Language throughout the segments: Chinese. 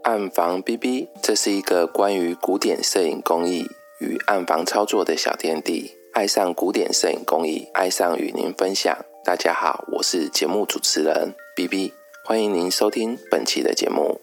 暗房 BB， 这是一个关于古典摄影工艺与暗房操作的小天地。爱上古典摄影工艺，爱上与您分享。大家好，我是节目主持人 BB， 欢迎您收听本期的节目。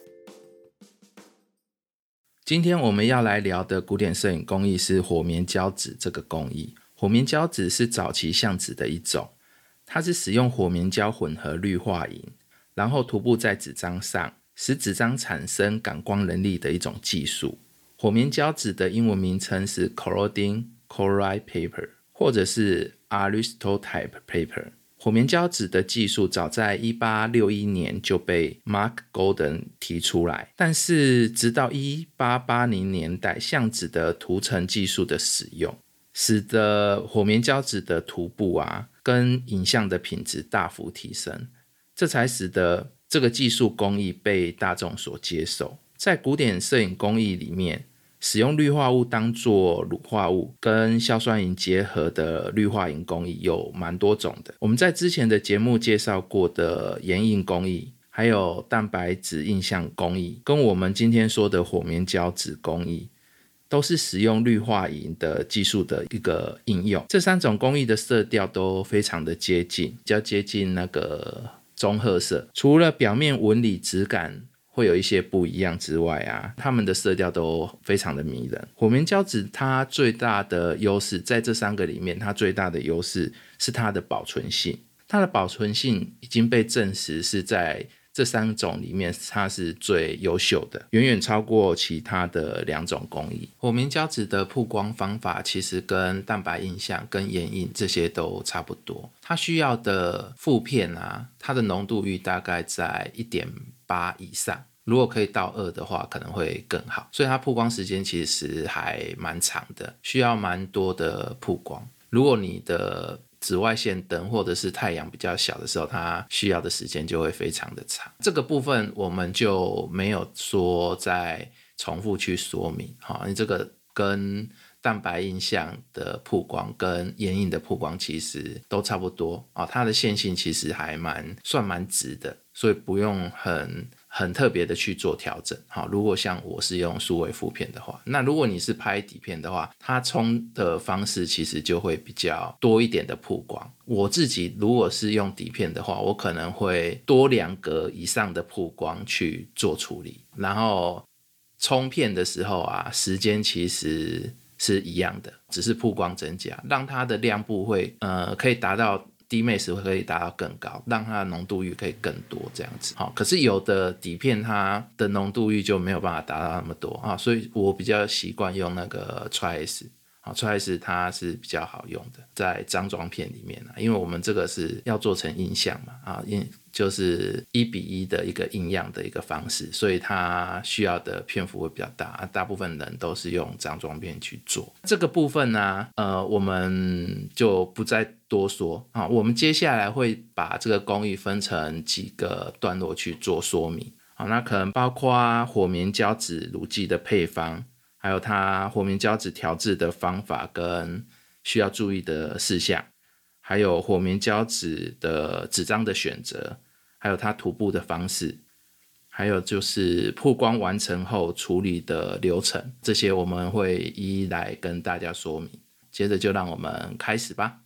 今天我们要来聊的古典摄影工艺是火棉胶纸这个工艺。火棉胶纸是早期相纸的一种，它是使用火棉胶混合氯化银，然后涂布在纸张上，使纸张产生感光能力的一种技术。火棉胶纸的英文名称是 Collodion Chloride Paper 或者是 Aristotype Paper。 火棉胶纸的技术早在1861年就被 Mark Gordon 提出来，但是直到1880年代相纸的涂层技术的使用，使得火棉胶纸的涂布跟影像的品质大幅提升，这才使得这个技术工艺被大众所接受。在古典摄影工艺里面，使用氯化物当作乳化物跟硝酸银结合的氯化银工艺有蛮多种的。我们在之前的节目介绍过的岩印工艺，还有蛋白质印象工艺，跟我们今天说的火棉胶纸工艺，都是使用氯化银的技术的一个应用。这三种工艺的色调都非常的接近，比较接近那个棕褐色，除了表面纹理质感会有一些不一样之外它们的色调都非常的迷人。火棉胶纸它最大的优势，在这三个里面，它最大的优势是它的保存性。它的保存性已经被证实是在这三种里面它是最优秀的，远远超过其他的两种工艺。火棉胶纸的曝光方法其实跟蛋白印象跟岩印这些都差不多，它需要的负片它的浓度域大概在 1.8 以上，如果可以到2的话可能会更好，所以它曝光时间其实还蛮长的，需要蛮多的曝光。如果你的紫外线灯或者是太阳比较小的时候，它需要的时间就会非常的长。这个部分我们就没有说再重复去说明，你这个跟蛋白印象的曝光跟岩印的曝光其实都差不多，它的线性其实还算蛮直的，所以不用很特别的去做调整。如果像我是用数位负片的话，那如果你是拍底片的话，它冲的方式其实就会比较多一点的曝光。我自己如果是用底片的话，我可能会多2格以上的曝光去做处理，然后冲片的时候时间其实是一样的，只是曝光增加，让它的亮部会可以达到Dmax 可以达到更高，让它的浓度域可以更多这样子。可是有的底片它的浓度域就没有办法达到那么多所以我比较习惯用那个 Tri-S。Tri-S 它是比较好用的，在张装片里面因为我们这个是要做成印象嘛就是1:1的一个印样的一个方式，所以它需要的片幅会比较大，大部分人都是用张装片去做。这个部分我们就不再多说我们接下来会把这个工艺分成几个段落去做说明那可能包括火棉胶纸乳剂的配方，还有它火棉胶纸调制的方法跟需要注意的事项，还有火棉胶纸的纸张的选择，还有它涂布的方式，还有就是曝光完成后处理的流程，这些我们会一一来跟大家说明。接着就让我们开始吧。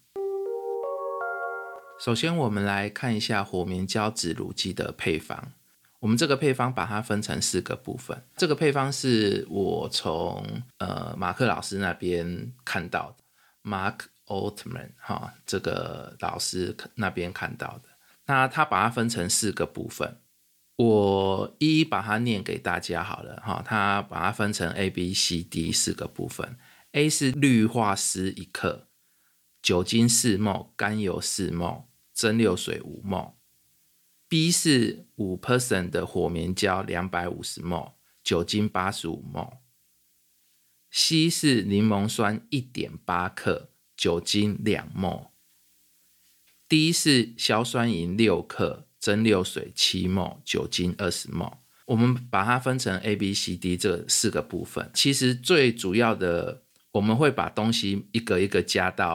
首先我们来看一下火棉胶纸乳剂的配方。我们这个配方把它分成4个部分，这个配方是我从马克老师那边看到的， Mark Altman 这个老师那边看到的。那他把它分成4个部分，我一一把它念给大家好了他把它分成 A、B、C、D 4个部分。 A 是氯化锶1克，酒精4ml， 甘油4ml， 蒸馏水5ml。 B 是 5% 的火棉胶 250ml， 酒精85ml。 C 是柠檬酸 1.8 克，酒精2ml。 D 是硝酸银6克，蒸馏水7ml， 酒精20ml。 我们把它分成 A、B、C、D 这4个部分，其实最主要的我们会把东西一个一个加到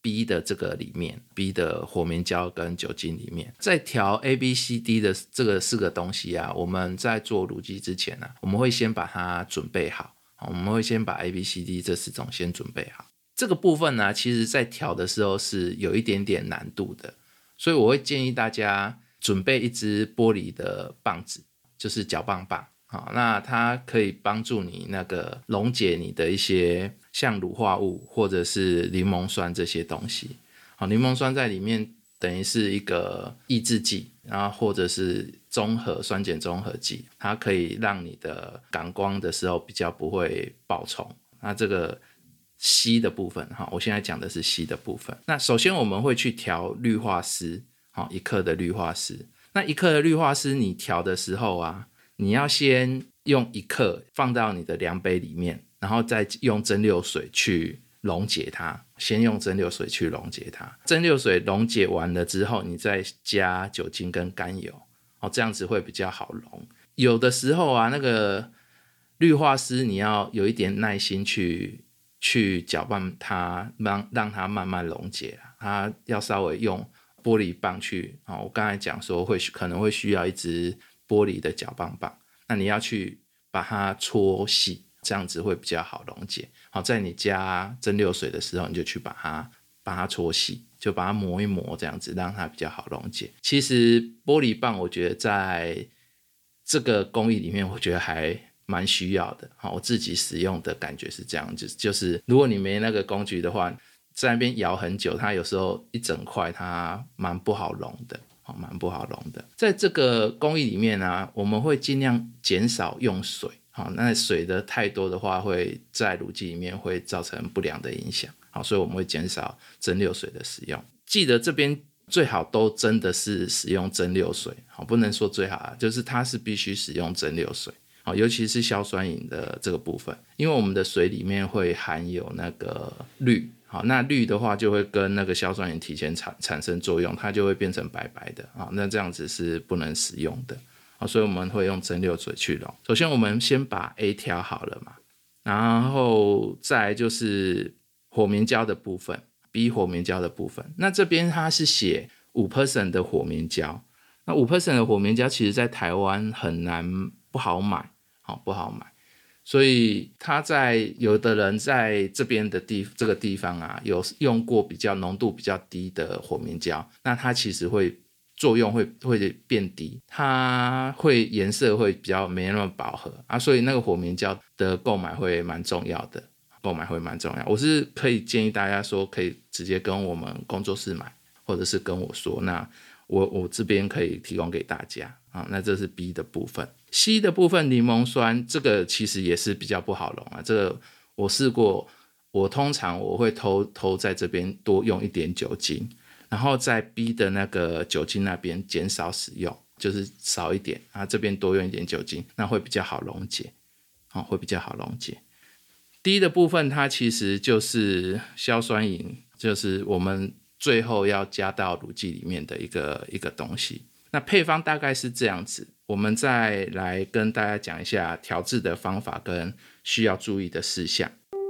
B 的这个里面 ，B 的火棉胶跟酒精里面，在调 A、B、C、D 的这个4个东西啊，我们在做卤鸡之前啊，我们会先把它准备好，我们会先把 A、B、C、D 这4种先准备好。这个部分呢，其实在调的时候是有一点点难度的，所以我会建议大家准备一支玻璃的棒子，就是搅拌棒。好，那它可以帮助你那个溶解你的一些像乳化物或者是柠檬酸这些东西。好，柠檬酸在里面等于是一个抑制剂，然后或者是酸碱中和剂，它可以让你的感光的时候比较不会爆冲。那这个硒的部分，我现在讲的是硒的部分。那首先我们会去调氯化锶，1克的氯化锶。那1克的氯化锶你调的时候啊，你要先用1克放到你的量杯里面，然后再用蒸馏水去溶解它。先用蒸馏水去溶解它，蒸馏水溶解完了之后，你再加酒精跟甘油，这样子会比较好溶。有的时候啊，那个氯化锶你要有一点耐心去搅拌它，让它慢慢溶解，它要稍微用玻璃棒去，我刚才讲说可能会需要一支玻璃的搅拌棒，那你要去把它搓细，这样子会比较好溶解。好，在你加蒸馏水的时候，你就去把它搓细，就把它磨一磨，这样子让它比较好溶解。其实玻璃棒我觉得在这个工艺里面，我觉得还蛮需要的。我自己使用的感觉是这样，就是如果你没那个工具的话，在那边摇很久，它有时候一整块它蛮不好溶的。在这个工艺里面啊，我们会尽量减少用水。那水的太多的话，会在卤鸡里面会造成不良的影响。所以我们会减少蒸馏水的使用。记得这边最好都真的是使用蒸馏水，不能说最好啊，就是它是必须使用蒸馏水。尤其是硝酸饮的这个部分，因为我们的水里面会含有那个氯，那氯的话就会跟那个硝酸饮提前产生作用，它就会变成白白的，那这样子是不能使用的。所以我们会用蒸馏水去溶。首先我们先把 A 调好了嘛，然后再来就是火棉胶的部分， B 火棉胶的部分。那这边它是写 5% 的火棉胶，那 5% 的火棉胶其实在台湾很难，不好买，所以他有的人在这边的这个地方啊，有用过比较浓度比较低的火棉胶，那它其实作用会变低，它颜色会比较没那么饱和啊，所以那个火棉胶的购买会蛮重要的，我是可以建议大家说可以直接跟我们工作室买，或者是跟我说，那我这边可以提供给大家。那这是 B 的部分。 C 的部分，柠檬酸这个其实也是比较不好溶啊，这个我试过，通常我会偷在这边多用一点酒精，然后在 B 的那个酒精那边减少使用，就是少一点，这边多用一点酒精，那会比较好溶解。D 的部分它其实就是硝酸饮，就是我们最后要加到卤鸡里面的一个东西。那配方大概是这样子，我们再来跟大家讲一下调制的方法跟需要注意的事项。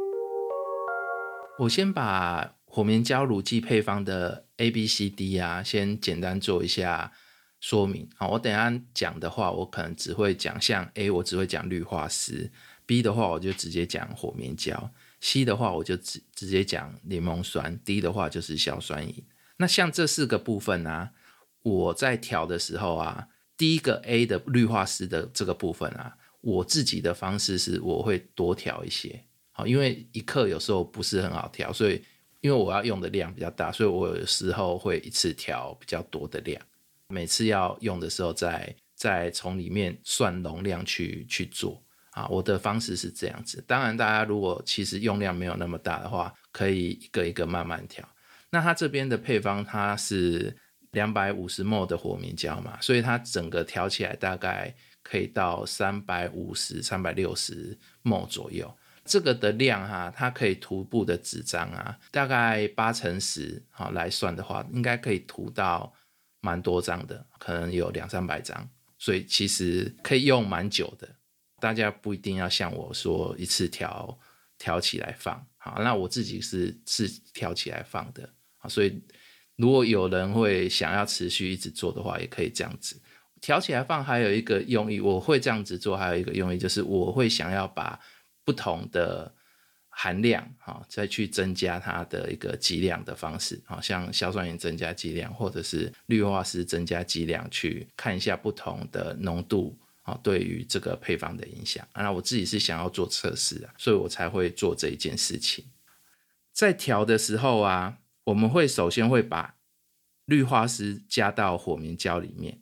我先把火棉胶卤鸡配方的 A、B、C、D 先简单做一下说明。我等一下讲的话，我可能只会讲，像 A 我只会讲氯化锶， B 的话我就直接讲火棉胶， C 的话我就直接讲柠檬酸， D 的话就是硝酸饮。那像这4个部分我在调的时候第一个 A 的氯化锶的这个部分我自己的方式是我会多调一些，因为1克有时候不是很好调，所以因为我要用的量比较大，所以我有时候会一次调比较多的量，每次要用的时候再从里面算容量去做。我的方式是这样子。当然大家如果其实用量没有那么大的话，可以一个一个慢慢调。那它这边的配方它是250ml 的火棉胶嘛，所以它整个调起来大概可以到350、360ml 左右。这个的量它可以涂布的纸张大概8×10来算的话，应该可以涂到蛮多张的，可能有200-300张，所以其实可以用蛮久的。大家不一定要像我说一次调起来放。好，那我自己是调起来放的。 所以如果有人会想要持续一直做的话，也可以这样子。调起来放还有一个用意，我会这样子做还有一个用意，就是我会想要把不同的含量再去增加它的一个剂量的方式，像硝酸盐增加剂量或者是氯化锶增加剂量，去看一下不同的浓度对于这个配方的影响。那我自己是想要做测试所以我才会做这一件事情。在调的时候我们会首先会把氯化锶加到火棉胶里面，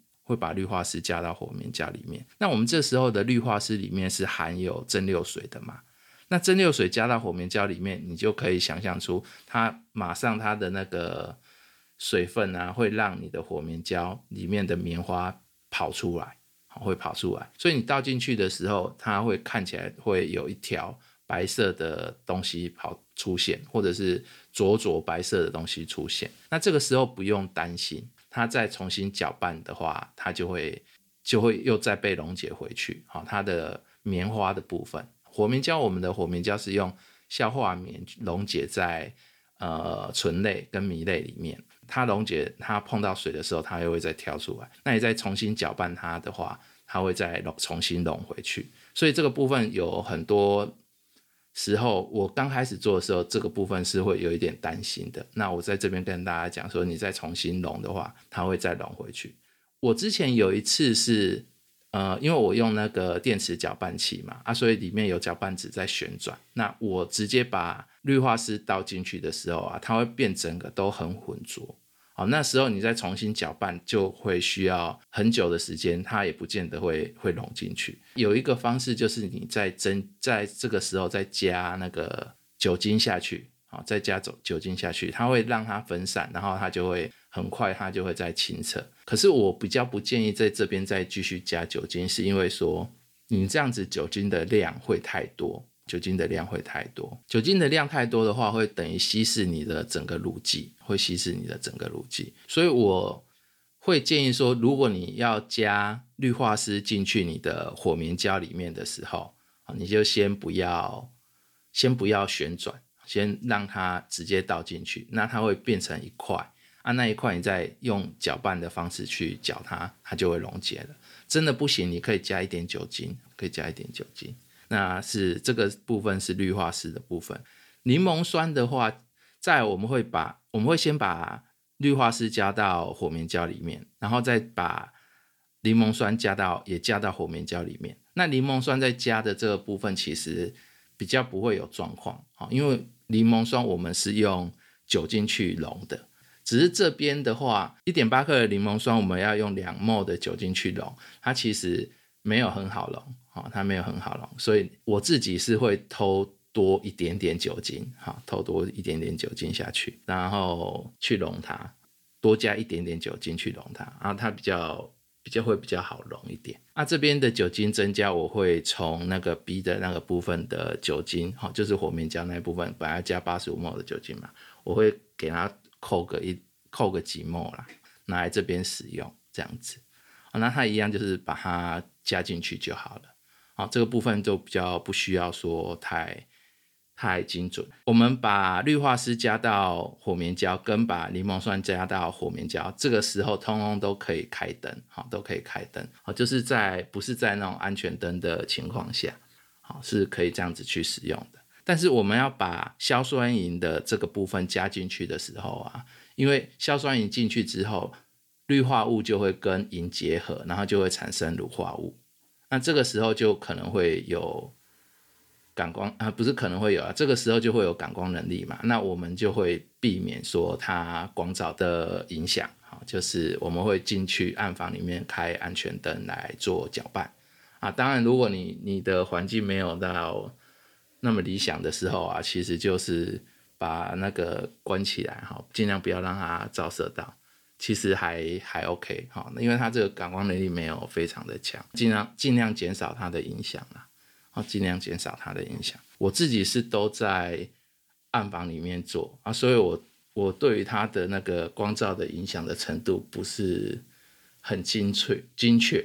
那我们这时候的氯化锶里面是含有蒸馏水的嘛，那蒸馏水加到火棉胶里面，你就可以想象出它马上它的那个水分会让你的火棉胶里面的棉花跑出来，所以你倒进去的时候，它会看起来会有一条白色的东西出现，或者是灼白色的东西出现。那这个时候不用担心，它再重新搅拌的话，它就会又再被溶解回去，它的棉花的部分。火棉胶，我们的火棉胶是用硝化棉溶解在醇类跟醚类里面，它溶解，它碰到水的时候，它又会再跳出来。那你再重新搅拌它的话，它会再重新溶回去。所以这个部分有很多时候，我刚开始做的时候，这个部分是会有一点担心的。那我在这边跟大家讲说，你再重新溶的话，它会再溶回去。我之前有一次是因为我用那个电池搅拌器嘛，所以里面有搅拌纸在旋转。那我直接把氯化锶倒进去的时候它会变整个都很浑浊。那时候你再重新搅拌就会需要很久的时间，它也不见得会溶进去。有一个方式就是你在这个时候再加那个酒精下去，再加酒精下去，它会让它分散，然后它就会很快它就会再清澈。可是我比较不建议在这边再继续加酒精，是因为说你这样子酒精的量会太多，酒精的量太多的话，会等于稀释你的整个乳剂，所以我会建议说，如果你要加氯化锶进去你的火棉胶里面的时候，你就先不要旋转，先让它直接倒进去，那它会变成一块那一块你再用搅拌的方式去搅它，它就会溶解了。真的不行，你可以加一点酒精，那是这个部分是氯化锶的部分。柠檬酸的话，我们会先把氯化锶加到火棉胶里面，然后再把柠檬酸也加到火棉胶里面。那柠檬酸在加的这个部分其实比较不会有状况，因为柠檬酸我们是用酒精去溶的，只是这边的话 1.8 克的柠檬酸我们要用2 ml 的酒精去溶，它其实没有很好溶，所以我自己是会偷多一点点酒精下去，然后去溶它，多加一点点酒精去溶它，然后它会比较好溶一点。这边的酒精增加，我会从那个 B 的那个部分的酒精，就是火棉胶那一部分，本来加85 ml 的酒精嘛，我会给它扣个几 ml 啦，拿来这边使用，这样子。那它一样就是把它加进去就好了。这个部分就比较不需要说太精准。我们把氯化锶加到火棉胶，跟把柠檬酸加到火棉胶，这个时候通通都可以开灯，就是不是在那种安全灯的情况下，是可以这样子去使用的。但是我们要把硝酸银的这个部分加进去的时候因为硝酸银进去之后，氯化物就会跟银结合，然后就会产生乳化物。那这个时候就可能会有感光不是可能会有这个时候就会有感光能力嘛，那我们就会避免说它光照的影响，就是我们会进去暗房里面开安全灯来做搅拌当然如果你的环境没有到那么理想的时候其实就是把那个关起来尽量不要让它照射到，其实还 OK 因为它这个感光能力没有非常的强，尽量减少它的影响啦，我自己是都在暗房里面做所以我对于它的那个光照的影响的程度不是很精确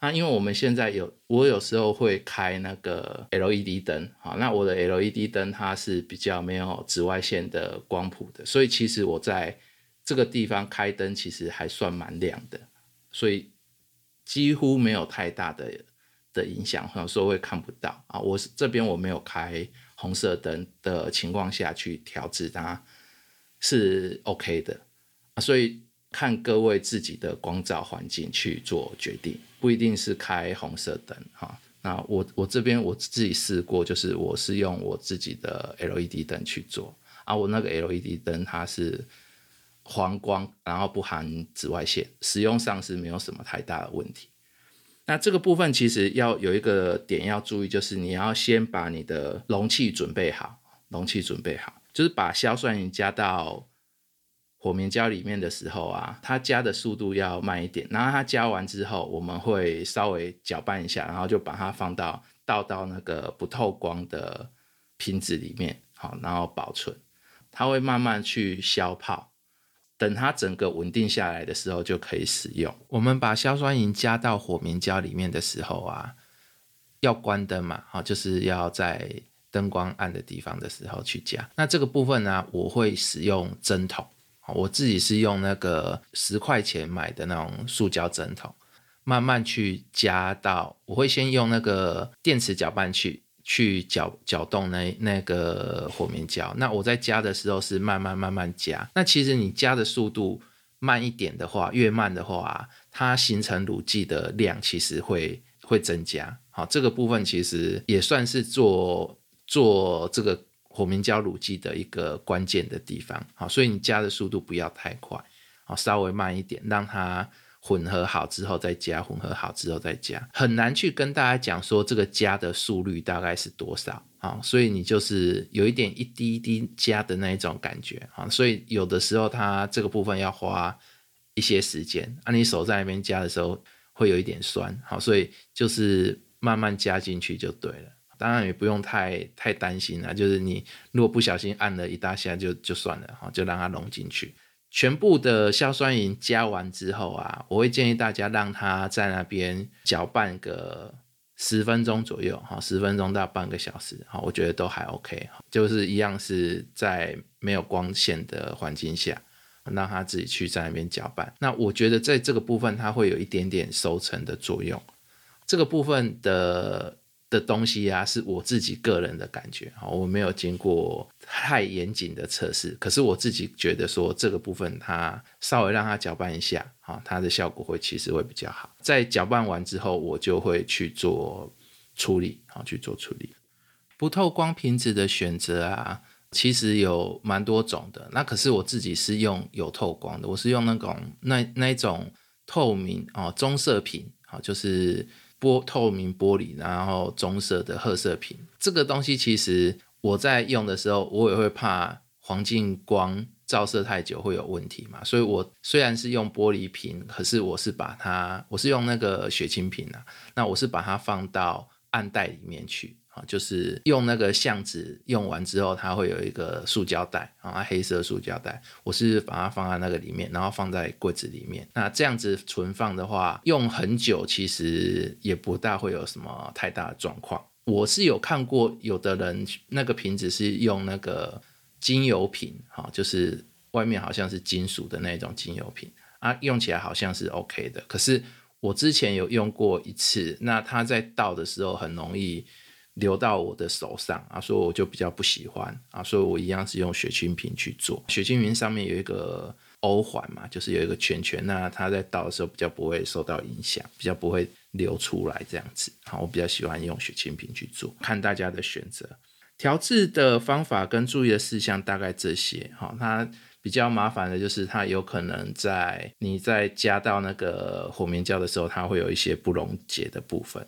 因为我们现在我有时候会开那个 LED 灯，好，那我的 LED 灯它是比较没有紫外线的光谱的，所以其实我在这个地方开灯其实还算蛮亮的，所以几乎没有太大的影响，有时候会看不到啊。我这边我没有开红色灯的情况下去调制它是 OK 的，所以看各位自己的光照环境去做决定，不一定是开红色灯哈。那我这边我自己试过，就是我是用我自己的 LED 灯去做啊，我那个 LED 灯它是黄光，然后不含紫外线，使用上是没有什么太大的问题。那这个部分其实要有一个点要注意，就是你要先把你的容器准备好，就是把硝酸银加到火棉胶里面的时候啊，它加的速度要慢一点，然后它加完之后，我们会稍微搅拌一下，然后就把它倒到那个不透光的瓶子里面，好，然后保存，它会慢慢去消泡。等它整个稳定下来的时候就可以使用。我们把硝酸银加到火棉胶里面的时候啊，要关灯嘛，就是要在灯光暗的地方的时候去加。那这个部分呢，我会使用针筒，我自己是用那个10块钱买的那种塑胶针筒，慢慢去加到，我会先用那个电池搅拌器去搅动那个火棉胶。那我在加的时候是慢慢加。那其实你加的速度慢一点的话，越慢的话，它形成乳剂的量其实会增加。好，这个部分其实也算是做这个火棉胶乳剂的一个关键的地方。好，所以你加的速度不要太快，好，稍微慢一点，让它混合好之后再加，很难去跟大家讲说这个加的速率大概是多少啊，所以你就是有一点一滴一滴加的那一种感觉啊，所以有的时候它这个部分要花一些时间啊，你手在那边加的时候会有一点酸，好，所以就是慢慢加进去就对了。当然也不用太担心啦，就是你如果不小心按了一大下就算了，就让它融进去。全部的硝酸银加完之后啊，我会建议大家让它在那边搅拌个10分钟左右，10分钟到半个小时，我觉得都还 OK， 就是一样是在没有光线的环境下，让它自己去在那边搅拌。那我觉得在这个部分它会有一点点收成的作用，这个部分的东西啊，是我自己个人的感觉，我没有经过太严谨的测试，可是我自己觉得说这个部分它稍微让它搅拌一下，它的效果其实会比较好。在搅拌完之后，我就会去做处理，不透光瓶子的选择啊，其实有蛮多种的，那可是我自己是用有透光的，我是用那一种透明棕色瓶，就是透明玻璃，然后棕色的褐色瓶。这个东西其实我在用的时候，我也会怕黄净光照射太久会有问题嘛，所以我虽然是用玻璃瓶，可是我是用那个血清瓶啊，那我是把它放到暗袋里面去，就是用那个相纸用完之后，它会有一个塑胶袋，黑色塑胶袋，我是把它放在那个里面，然后放在柜子里面。那这样子存放的话，用很久其实也不大会有什么太大的状况。我是有看过有的人那个瓶子是用那个精油瓶，就是外面好像是金属的那种精油瓶啊，用起来好像是 OK 的。可是我之前有用过一次，那它在倒的时候很容易流到我的手上啊，所以我就比较不喜欢啊，所以我一样是用血清瓶去做。血清瓶上面有一个欧环嘛，就是有一个圈圈，那它在倒的时候比较不会受到影响，比较不会流出来这样子。好，我比较喜欢用血清瓶去做，看大家的选择。调制的方法跟注意的事项大概这些，它比较麻烦的就是它有可能你在加到那个火棉胶的时候，它会有一些不溶解的部分，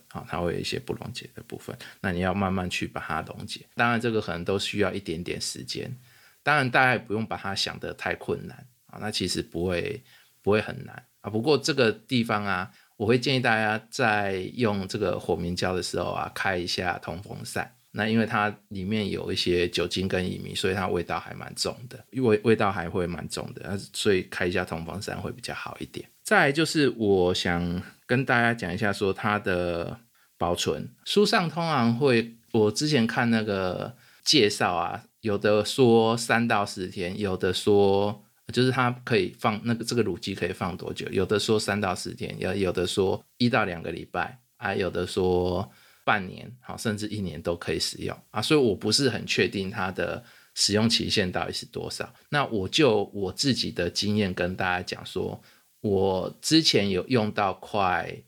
那你要慢慢去把它溶解。当然这个可能都需要一点点时间，当然大家也不用把它想得太困难，那其实不会很难。不过这个地方啊，我会建议大家在用这个火棉胶的时候啊，开一下通风扇。那因为它里面有一些酒精跟乙醚，所以它味道还蛮重的，味道还会蛮重的，所以开一下通风扇会比较好一点。再来就是我想跟大家讲一下说它的保存。书上通常会，我之前看那个介绍啊，有的说3到10天，有的说就是它可以放这个乳鸡可以放多久，有的说3到10天，有的说1到2个礼拜啊，有的说半年，甚至1年都可以使用啊，所以我不是很确定它的使用期限到底是多少。那我就我自己的经验跟大家讲说，我之前有用到快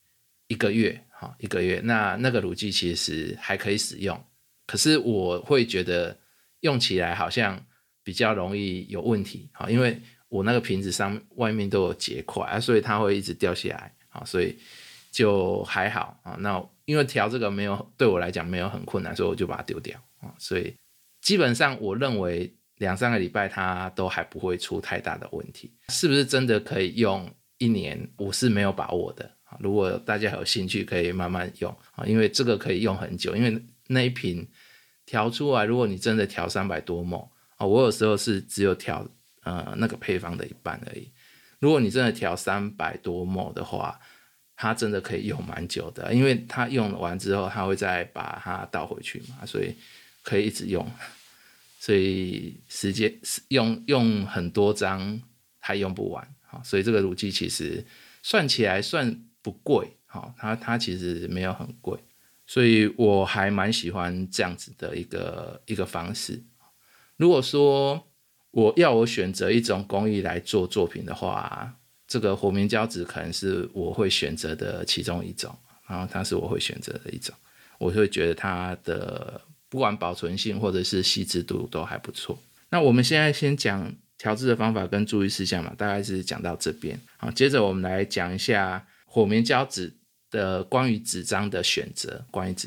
1个月，那个乳剂其实还可以使用，可是我会觉得用起来好像比较容易有问题，因为我那个瓶子上外面都有结块，所以它会一直掉下来，所以就还好。那因为调这个对我来讲没有很困难，所以我就把它丢掉。所以基本上我认为2-3个礼拜它都还不会出太大的问题。是不是真的可以用1年，我是没有把握的。如果大家有兴趣可以慢慢用，因为这个可以用很久，因为那一瓶调出来，如果你真的调300多 ml， 我有时候是只有调那个配方的一半而已。如果你真的调300多 ml 的话，它真的可以用蛮久的，因为它用完之后它会再把它倒回去嘛，所以可以一直用，所以时间用很多张还用不完，所以这个乳剂其实算起来算不贵，它其实没有很贵，所以我还蛮喜欢这样子的一个方式。如果说我选择一种工艺来做作品的话，这个活棉胶纸可能是我会选择的其中一种，然后它是我会选择的一种，我会觉得它的不管保存性或者是细致度都还不错。那我们现在先讲调制的方法跟注意事项嘛，大概是讲到这边。好，接着我们来讲一下活棉胶纸的关于纸张的选择。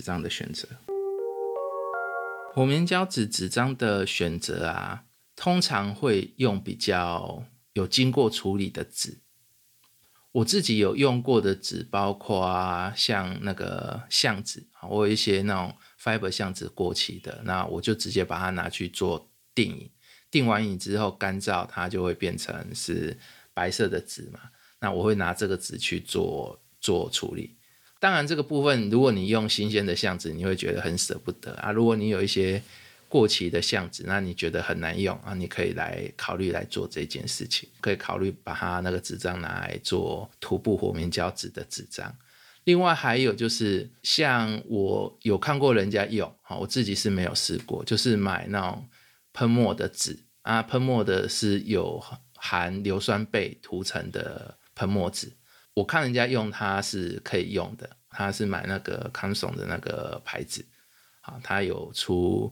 活棉胶纸纸张的选择啊，通常会用比较有经过处理的纸。我自己有用过的纸包括像那个橡纸，我有一些那种 fiber 橡纸过期的，那我就直接把它拿去做定影，定完影之后干燥，它就会变成是白色的纸嘛，那我会拿这个纸去做处理。当然这个部分如果你用新鲜的橡纸，你会觉得很舍不得啊。如果你有一些过期的橡纸，那你觉得很难用啊，你可以考虑来做这件事情，可以考虑把它那个纸张拿来做涂布活棉胶纸的纸张。另外还有就是像我有看过人家用，我自己是没有试过，就是买那种喷墨的纸啊，喷墨的是有含硫酸钡涂成的喷墨纸，我看人家用它是可以用的，他是买那个康松的那个牌子，他有出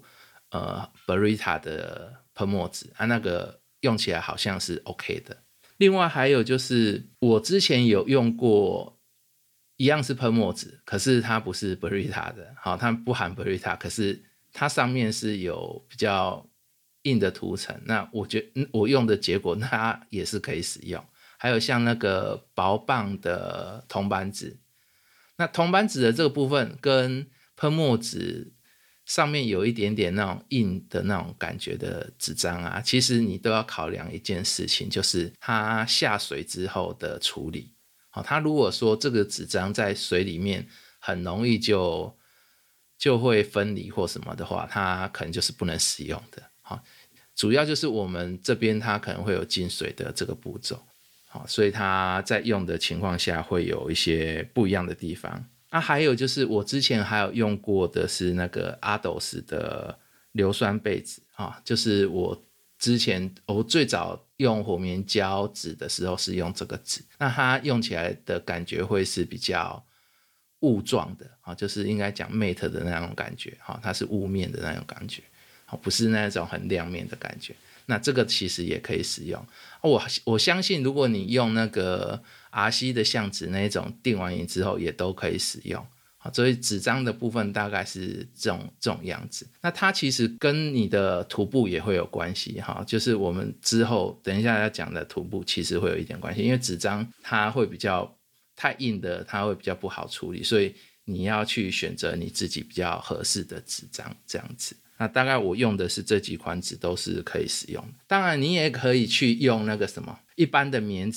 Berita 的喷墨纸啊，那个用起来好像是 OK 的。另外还有就是我之前有用过一样是喷墨纸，可是它不是 Berita 的，它不含 Berita， 可是它上面是有比较硬的涂层，那我觉得我用的结果它也是可以使用。还有像那个薄棒的铜板纸，那铜板纸的这个部分跟喷墨纸上面有一点点那种硬的那种感觉的纸张啊，其实你都要考量一件事情，就是它下水之后的处理。它如果说这个纸张在水里面很容易就会分离或什么的话，它可能就是不能使用的。主要就是我们这边它可能会有进水的这个步骤，所以它在用的情况下会有一些不一样的地方。还有就是我之前还有用过的是那个阿斗斯的硫酸钡纸，就是我最早用活棉胶纸的时候是用这个纸，那它用起来的感觉会是比较雾状的，就是应该讲 matte 的那种感觉，它是雾面的那种感觉，不是那种很亮面的感觉。那这个其实也可以使用。我相信如果你用那个 RC 的橡纸那种定完影之后也都可以使用。所以纸张的部分大概是这种样子。那它其实跟你的涂布也会有关系，就是我们之后等一下要讲的涂布其实会有一点关系，因为纸张它会比较太硬的，它会比较不好处理，所以你要去选择你自己比较合适的纸张这样子。那大概我用的是这几款纸都是可以使用的。当然你也可以去用那个什么一般的棉纸，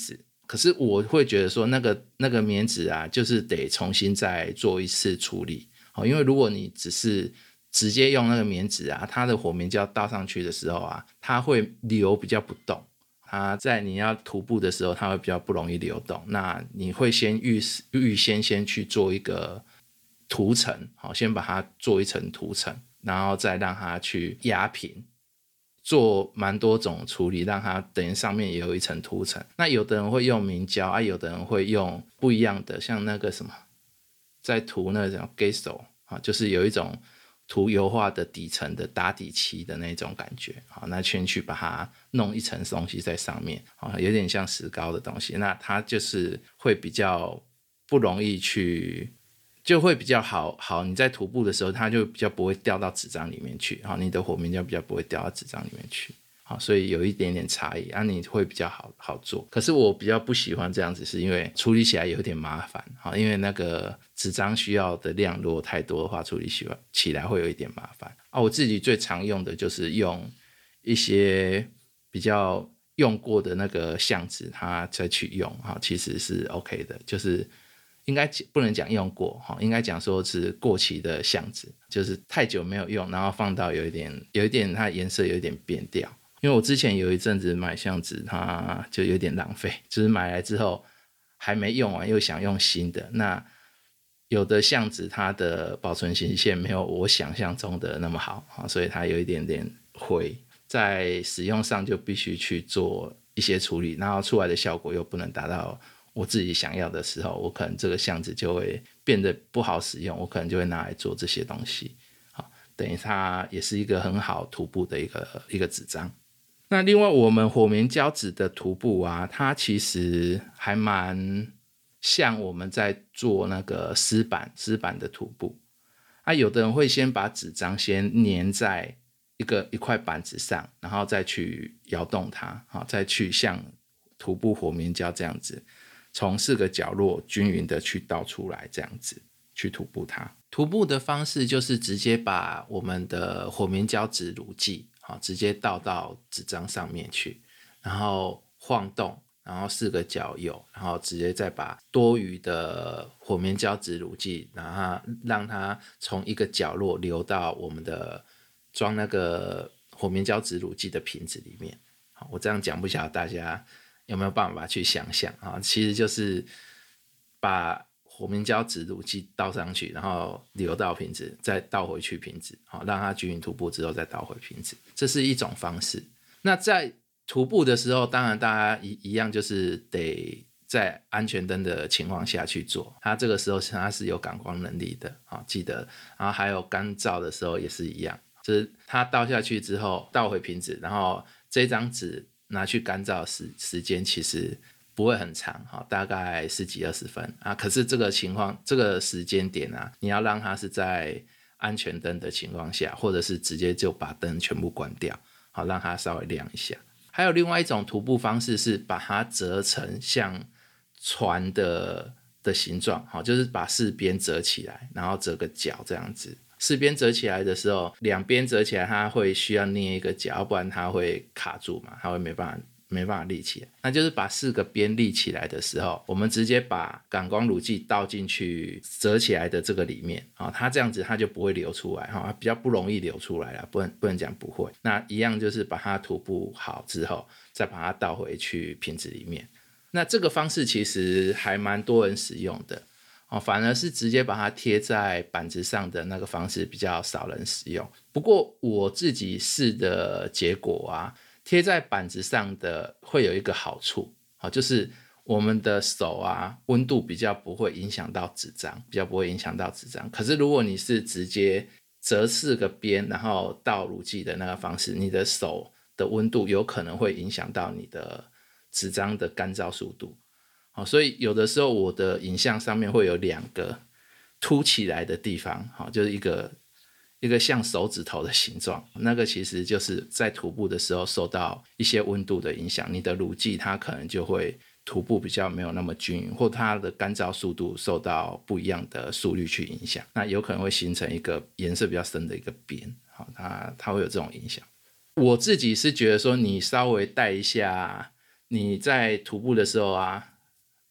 可是我会觉得说那个棉纸啊，就是得重新再做一次处理，因为如果你只是直接用那个棉纸啊，它的火棉胶倒上去的时候啊，它会流比较不动，它在你要涂布的时候它会比较不容易流动，那你会先预先去做一个涂层，先把它做一层涂层，然后再让它去压平，做蛮多种处理，让它等于上面也有一层涂层。那有的人会用明胶啊，有的人会用不一样的，像那个什么在涂那种 gesso 就是有一种涂油画的底层的打底漆的那种感觉，那先去把它弄一层东西在上面，有点像石膏的东西，那它就是会比较不容易去，就会比较好，你在涂布的时候它就比较不会掉到纸张里面去，你的火棉胶比较不会掉到纸张里面去，所以有一点点差异啊，你会比较好做。可是我比较不喜欢这样子，是因为处理起来有点麻烦，因为那个纸张需要的量如果太多的话，处理起来会有一点麻烦啊。我自己最常用的就是用一些比较用过的那个相纸，它再去用，其实是 OK 的，就是应该不能讲用过，应该讲说是过期的相纸，就是太久没有用，然后放到有一点它颜色有一点变掉。因为我之前有一阵子买相纸，它就有点浪费，就是买来之后还没用完又想用新的，那有的相纸它的保存期限没有我想象中的那么好，所以它有一点点灰，在使用上就必须去做一些处理，然后出来的效果又不能达到我自己想要的时候，我可能这个相纸就会变得不好使用，我可能就会拿来做这些东西，等于它也是一个很好涂布的一个纸张。那另外我们火棉胶纸的涂布啊，它其实还蛮像我们在做那个湿板的涂布啊，有的人会先把纸张先粘在一块板子上，然后再去摇动它，再去像涂布火棉胶这样子，从4个角落均匀的去倒出来，这样子去涂布它。涂布的方式就是直接把我们的火棉胶纸乳剂直接倒到纸张上面去，然后晃动，然后4个角有，然后直接再把多余的火棉胶纸乳剂，然后让它从一个角落流到我们的装那个火棉胶纸乳剂的瓶子里面。我这样讲不晓得大家有没有办法去想象，其实就是把火棉胶纸乳剂倒上去，然后流到瓶子，再倒回去瓶子，让它均匀涂布之后再倒回瓶子，这是一种方式。那在涂布的时候，当然大家一样就是得在安全灯的情况下去做，它这个时候它是有感光能力的，记得。然后还有干燥的时候也是一样，就是它倒下去之后倒回瓶子，然后这张纸拿去干燥时间其实不会很长，大概10几20分啊。可是这个情况，这个时间点啊，你要让它是在安全灯的情况下，或者是直接就把灯全部关掉，好让它稍微亮一下。还有另外一种涂布方式是把它折成像船的形状，就是把4边折起来，然后折个角这样子。4边折起来的时候，2边折起来它会需要捏一个角，要不然它会卡住嘛，它会没办法立起来。那就是把4个边立起来的时候，我们直接把感光乳剂倒进去折起来的这个里面，它这样子它就不会流出来，比较不容易流出来啦，不能讲不会。那一样就是把它涂布好之后，再把它倒回去瓶子里面。那这个方式其实还蛮多人使用的，反而是直接把它贴在板子上的那个方式比较少人使用。不过我自己试的结果啊，贴在板子上的会有一个好处，就是我们的手啊温度比较不会影响到纸张，可是如果你是直接折4个边然后倒乳剂的那个方式，你的手的温度有可能会影响到你的纸张的干燥速度。所以有的时候我的影像上面会有2个凸起来的地方，就是一个像手指头的形状，那个其实就是在涂布的时候受到一些温度的影响，你的乳剂它可能就会涂布比较没有那么均匀，或它的干燥速度受到不一样的速率去影响，那有可能会形成一个颜色比较深的一个边，它会有这种影响。我自己是觉得说你稍微带一下，你在涂布的时候啊，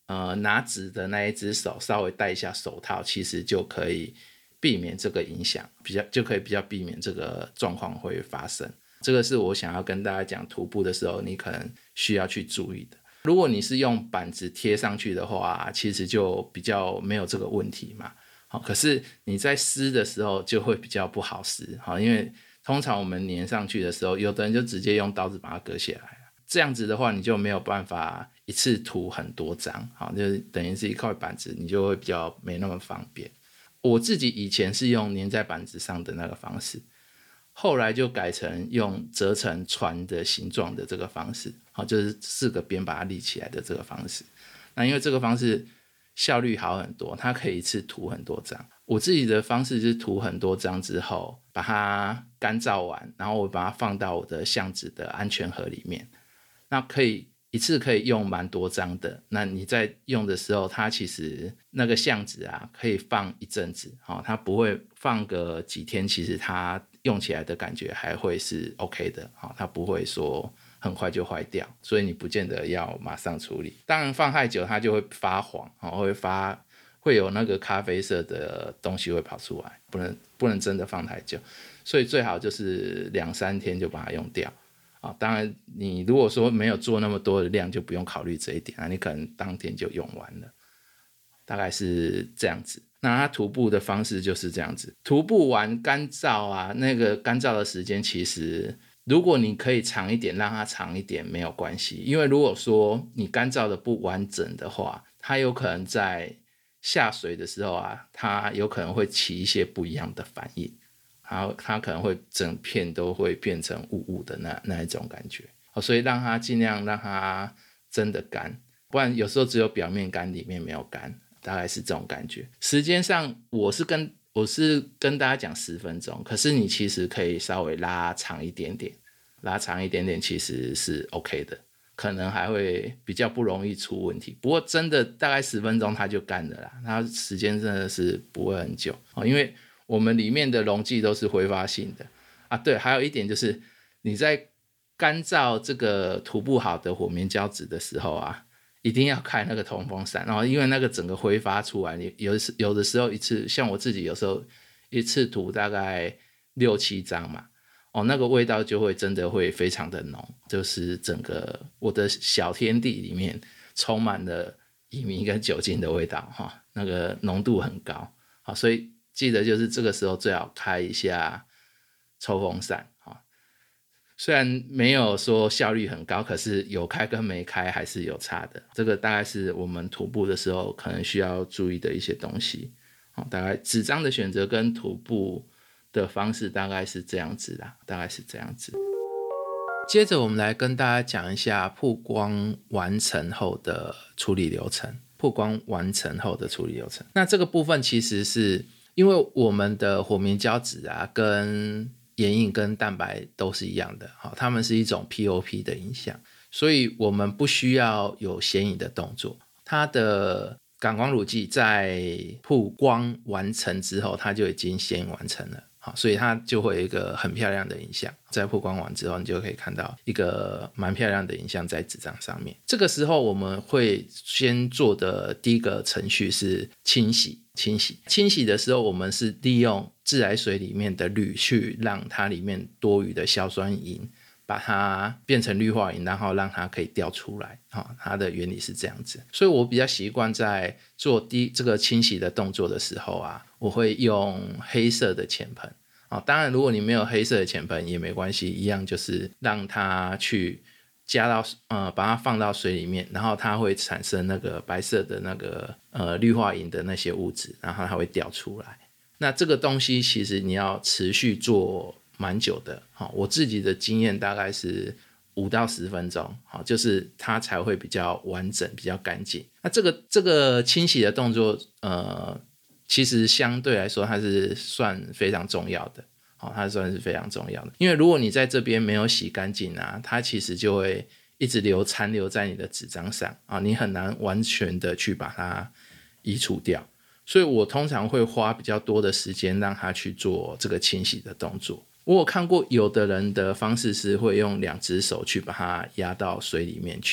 拿纸的那一只手稍微戴一下手套，其实就可以避免这个影响，就可以比较避免这个状况会发生。这个是我想要跟大家讲徒步的时候你可能需要去注意的。如果你是用板子贴上去的话，其实就比较没有这个问题嘛。可是你在撕的时候就会比较不好撕，因为通常我们粘上去的时候，有的人就直接用刀子把它割下来，这样子的话你就没有办法一次涂很多张，就是等于是一块板子，你就会比较没那么方便。我自己以前是用粘在板子上的那个方式，后来就改成用折成船的形状的这个方式，就是4个边把它立起来的这个方式。那因为这个方式效率好很多，它可以一次涂很多张。我自己的方式是涂很多张之后把它干燥完，然后我把它放到我的相纸的安全盒里面，那一次可以用蛮多张的。那你在用的时候，它其实那个相纸可以放一阵子，它不会放个几天，其实它用起来的感觉还会是 OK 的，它不会说很快就坏掉，所以你不见得要马上处理。当然放太久它就会发黄，会有那个咖啡色的东西会跑出来，不能真的放太久，所以最好就是2-3天就把它用掉。当然你如果说没有做那么多的量，就不用考虑这一点，你可能当天就用完了，大概是这样子。那它徒步的方式就是这样子，徒步完干燥那个干燥的时间其实如果你可以长一点，让它长一点没有关系，因为如果说你干燥的不完整的话，它有可能在下水的时候它有可能会起一些不一样的反应，它可能会整片都会变成雾雾的那一种感觉，所以尽量让它真的干，不然有时候只有表面干里面没有干，大概是这种感觉。时间上我是跟大家讲10分钟，可是你其实可以稍微拉长一点点其实是 OK 的，可能还会比较不容易出问题。不过真的大概10分钟它就干了啦，它时间真的是不会很久，因为我们里面的溶剂都是挥发性的对，还有一点就是你在干燥这个涂不好的火棉胶纸的时候一定要开那个通风扇，然后因为那个整个挥发出来，你有的时候一次，像我自己有时候一次涂大概6-7张嘛，那个味道就会真的会非常的浓，就是整个我的小天地里面充满了乙醚跟酒精的味道那个浓度很高，所以记得就是这个时候最好开一下抽风扇，虽然没有说效率很高，可是有开跟没开还是有差的。这个大概是我们徒步的时候可能需要注意的一些东西，大概纸张的选择跟徒步的方式大概是这样子啦，大概是这样子。接着我们来跟大家讲一下曝光完成后的处理流程。那这个部分其实是因为我们的火棉胶纸跟眼影跟蛋白都是一样的，它们是一种 POP 的影像，所以我们不需要有显影的动作。它的感光乳剂在曝光完成之后，它就已经显影完成了，所以它就会有一个很漂亮的影像。在曝光完之后，你就可以看到一个蛮漂亮的影像在纸张上面。这个时候我们会先做的第一个程序是清洗的时候，我们是利用自来水里面的氯去让它里面多余的硝酸银把它变成氯化银，然后让它可以掉出来，它的原理是这样子。所以我比较习惯在做这个清洗的动作的时候我会用黑色的浅盆，当然如果你没有黑色的浅盆也没关系，一样就是让它去加到把它放到水里面，然后它会产生那个白色的那个氯化银的那些物质，然后它会掉出来。那这个东西其实你要持续做蛮久的，我自己的经验大概是5到10分钟，就是它才会比较完整比较干净。那这个清洗的动作其实相对来说它是算非常重要的，它算是非常重要的，因为如果你在这边没有洗干净它其实就会一直残留在你的纸张上你很难完全的去把它移除掉。所以我通常会花比较多的时间让它去做这个清洗的动作。我有看过有的人的方式是会用2只手去把它压到水里面去，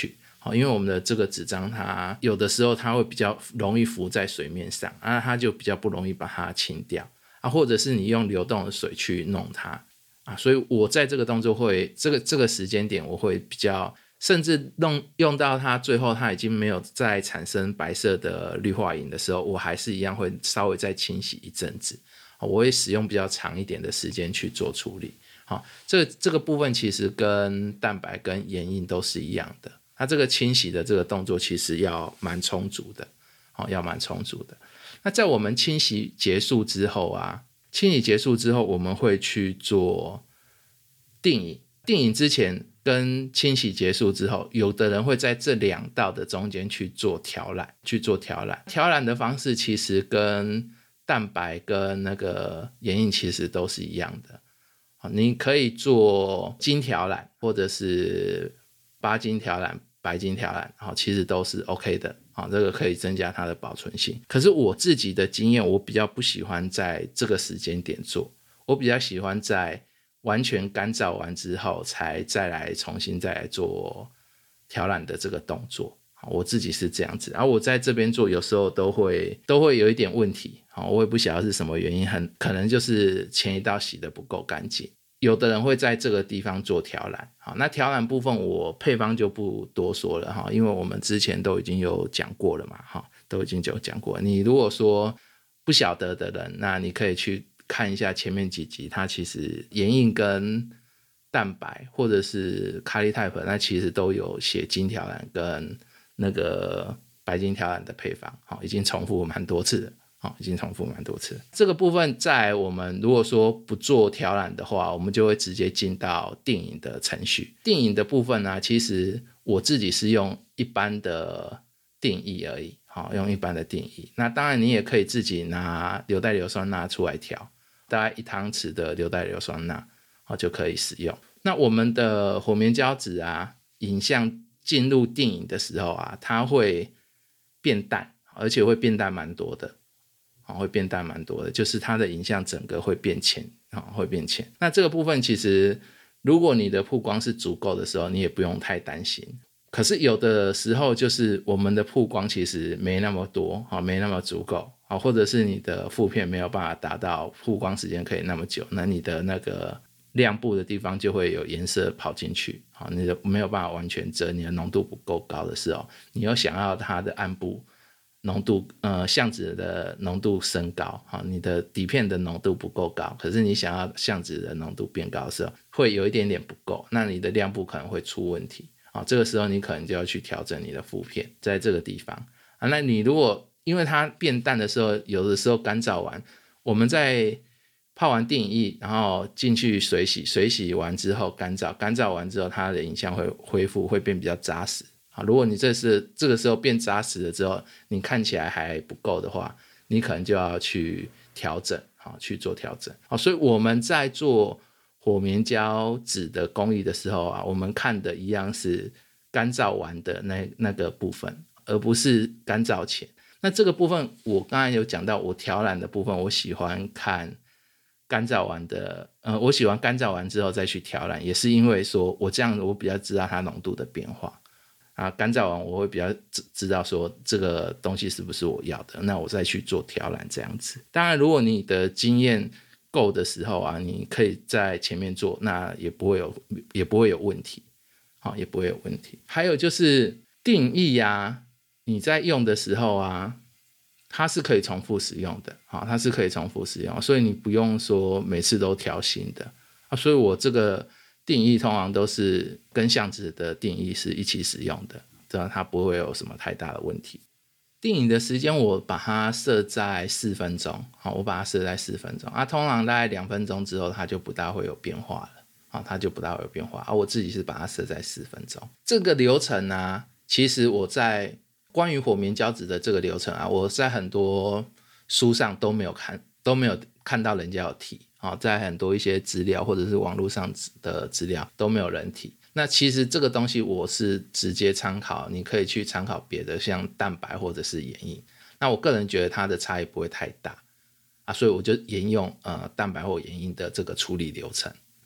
因为我们的这个纸张它有的时候它会比较容易浮在水面上啊，它就比较不容易把它清掉啊，或者是你用流动的水去弄它啊，所以我在这个动作会这个时间点我会比较，甚至用到它最后它已经没有再产生白色的氯化银的时候，我还是一样会稍微再清洗一阵子，我会使用比较长一点的时间去做处理。好，这个部分其实跟蛋白跟眼影都是一样的，它这个清洗的这个动作其实要蛮充足的，要蛮充足的。那在我们清洗结束之后啊，我们会去做定影。定影之前跟清洗结束之后，有的人会在这2道的中间去做调染，调染的方式其实跟蛋白跟那个眼影其实都是一样的。你可以做金调染或者是8金调染、白金调染，其实都是 OK 的，这个可以增加它的保存性。可是我自己的经验，我比较不喜欢在这个时间点做，我比较喜欢在完全干燥完之后再来重新再来做调染的这个动作。我自己是这样子，我在这边做有时候都会有一点问题，我也不晓得是什么原因，可能就是前一道洗的不够干净。有的人会在这个地方做调染，那调染部分我配方就不多说了，因为我们之前都已经有讲过了嘛，都已经有讲过了。你如果说不晓得的人，那你可以去看一下前面几集，它其实眼影跟蛋白或者是卡利泰普，那其实都有写金调染跟那个白金调染的配方，已经重复蛮多次了。这个部分在我们如果说不做调染的话，我们就会直接进到定影的程序。定影的部分呢，其实我自己是用一般的定液而已，用一般的定液。那当然你也可以自己拿硫代硫酸钠出来调，大概1汤匙的硫代硫酸钠就可以使用。那我们的火棉胶纸啊，影像进入定影的时候啊，它会变淡，而且会变淡蛮多的。就是它的影像整个会变浅，那这个部分其实如果你的曝光是足够的时候，你也不用太担心。可是有的时候就是我们的曝光其实没那么多，没那么足够，或者是你的负片没有办法达到曝光时间可以那么久，那你的那个亮部的地方就会有颜色跑进去，你的没有办法完全遮，你的浓度不够高的时候，你又想要它的暗部浓度相纸的浓度升高，你的底片的浓度不够高，可是你想要相纸的浓度变高的时候会有一点点不够，那你的亮部可能会出问题，这个时候你可能就要去调整你的负片在这个地方，那你如果因为它变淡的时候，有的时候干燥完，我们在泡完定影液然后进去水洗完之后干燥完之后，它的影像会恢复，会变比较扎实。如果你这个时候变扎实了之后，你看起来还不够的话，你可能就要去调整，去做调整。所以我们在做火棉胶纸的工艺的时候啊，我们看的一样是干燥完的那个部分，而不是干燥前。那这个部分我刚才有讲到，我调染的部分我喜欢看干燥完的，我喜欢干燥完之后再去调染，也是因为说我这样我比较知道它浓度的变化。干燥完我会比较知道说这个东西是不是我要的，那我再去做调染这样子。当然如果你的经验够的时候啊，你可以在前面做，那也不会有问题，也不会有问题。还有就是定液啊，你在用的时候啊，它是可以重复使用的，所以你不用说每次都调新的，所以我这个定液通常都是跟相纸的定液是一起使用的，这样它不会有什么太大的问题。定影的时间我把它设在4分钟，通常大概2分钟之后它就不大会有变化了，我自己是把它设在4分钟。这个流程啊，其实我在关于火棉胶纸的这个流程啊，我在很多书上都没有看到人家有提，在很多一些资料或者是网络上的资料都没有人提。那其实这个东西我是直接参考，你可以去参考别的像蛋白或者是眼影，那我个人觉得它的差异不会太大，所以我就沿用蛋白或眼影的这个处理流程。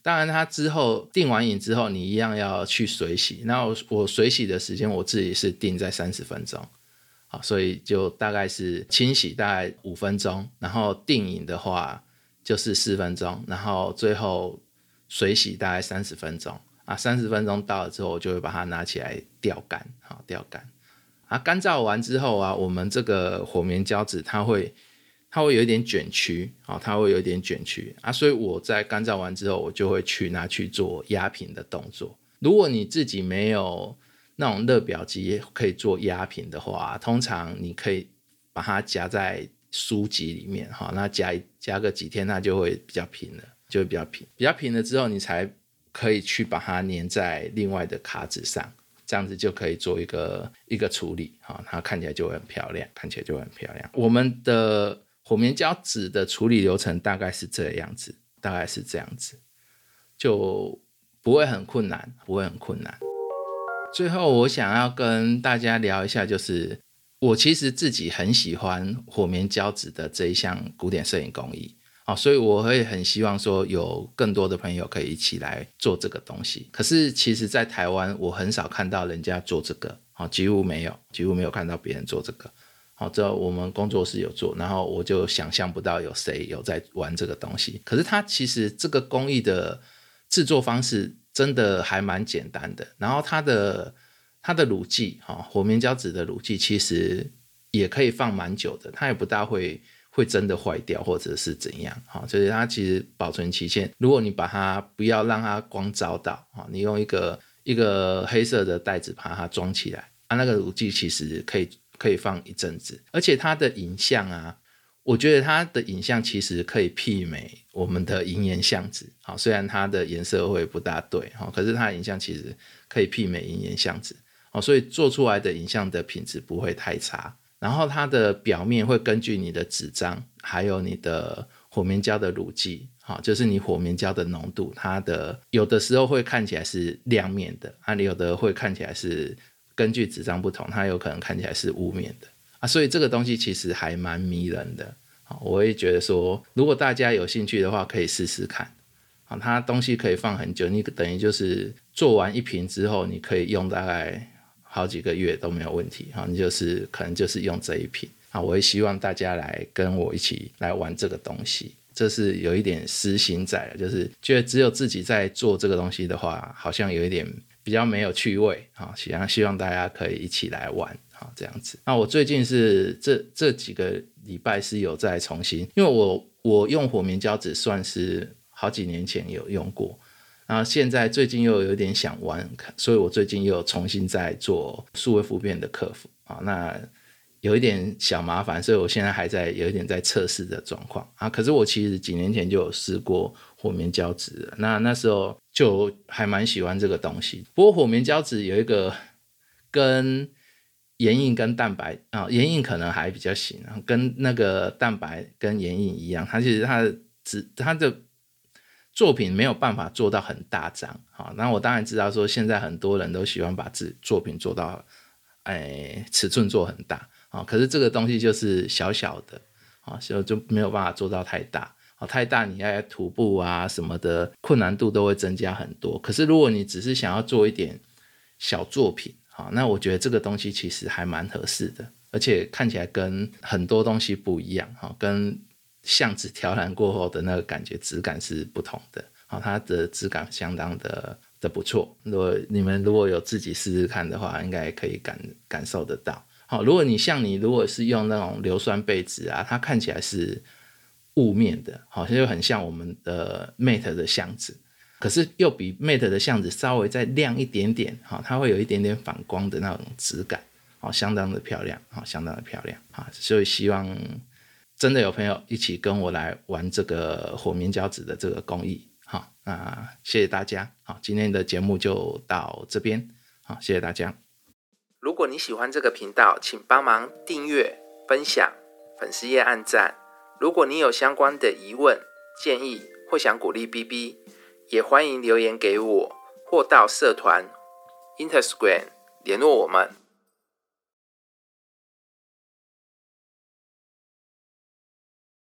当然它之后定完影之后你一样要去水洗，那我水洗的时间我自己是定在30分钟，好，所以就大概是清洗大概5分钟，然后定影的话就是4分钟，然后最后水洗大概30分钟啊，30分钟到了之后我就会把它拿起来吊干，好，吊干啊，干燥完之后啊，我们这个火棉胶纸它会有一点卷曲，它会有一点卷曲啊，所以我在干燥完之后我就会拿去做压平的动作。如果你自己没有那种热表机可以做压平的话，通常你可以把它夹在书籍里面，那夹个几天它就会比较平了，就会比较平了之后你才可以去把它粘在另外的卡纸上，这样子就可以做一个处理，它看起来就会很漂亮，我们的火棉胶纸的处理流程大概是这样子，就不会很困难。最后我想要跟大家聊一下，就是我其实自己很喜欢火棉胶纸的这一项古典摄影工艺，所以我会很希望说有更多的朋友可以一起来做这个东西。可是其实在台湾我很少看到人家做这个，几乎没有看到别人做这个。这我们工作室有做，然后我就想象不到有谁有在玩这个东西。可是它其实这个工艺的制作方式真的还蛮简单的，然后它的卤剂，火棉胶纸的卤剂其实也可以放蛮久的，它也不大会真的坏掉或者是怎样，所以它其实保存期限，如果你把它不要让它光照到，你用一个黑色的袋子把它装起来，那个卤剂其实可以放一阵子。而且它的影像啊，我觉得它的影像其实可以媲美我们的银盐相纸，虽然它的颜色会不大对，可是它的影像其实可以媲美银盐相纸，所以做出来的影像的品质不会太差。然后它的表面会根据你的纸张还有你的火棉胶的卤剂，就是你火棉胶的浓度，它的有的时候会看起来是亮面的，有的会看起来是根据纸张不同，它有可能看起来是雾面的，所以这个东西其实还蛮迷人的。我会觉得说如果大家有兴趣的话可以试试看，它东西可以放很久，你等于就是做完一瓶之后你可以用大概好几个月都没有问题，你可能就是用这一瓶。我会希望大家来跟我一起来玩这个东西，这是有一点私心在了，就是觉得只有自己在做这个东西的话好像有一点比较没有趣味，希望大家可以一起来玩这样子。那我最近是这几个礼拜是有在重新，因为我用火棉胶纸算是好几年前有用过，然后现在最近又有点想玩，所以我最近又重新在做数位复变的克服，那有一点小麻烦，所以我现在还有一点在测试的状况可是我其实几年前就有试过火棉胶纸了，那时候就还蛮喜欢这个东西。不过火棉胶纸有一个跟岩印跟蛋白岩印可能还比较行，跟那个蛋白跟岩印一样，它其实它的作品没有办法做到很大张。那我当然知道说现在很多人都喜欢把作品做到尺寸做很大，可是这个东西就是小小的，就没有办法做到太大，太大你要涂布啊什么的困难度都会增加很多。可是如果你只是想要做一点小作品，那我觉得这个东西其实还蛮合适的，而且看起来跟很多东西不一样，跟相纸调染过后的那个感觉质感是不同的，它的质感相当的不错。你们如果有自己试试看的话应该也可以感受得到。如果如果是用那种硫酸贝纸啊，它看起来是雾面的，好像就很像我们的 Mate 的相纸，可是又比 Mate 的相纸稍微再亮一点点，它会有一点点反光的那种质感，相当的漂亮，所以希望真的有朋友一起跟我来玩这个火棉胶纸的这个工艺。那谢谢大家，今天的节目就到这边，谢谢大家。如果你喜欢这个频道，请帮忙订阅、分享、粉丝页按赞。如果你有相关的疑问、建议或想鼓励 BB， 也欢迎留言给我，或到社团 Instagram 联络我们。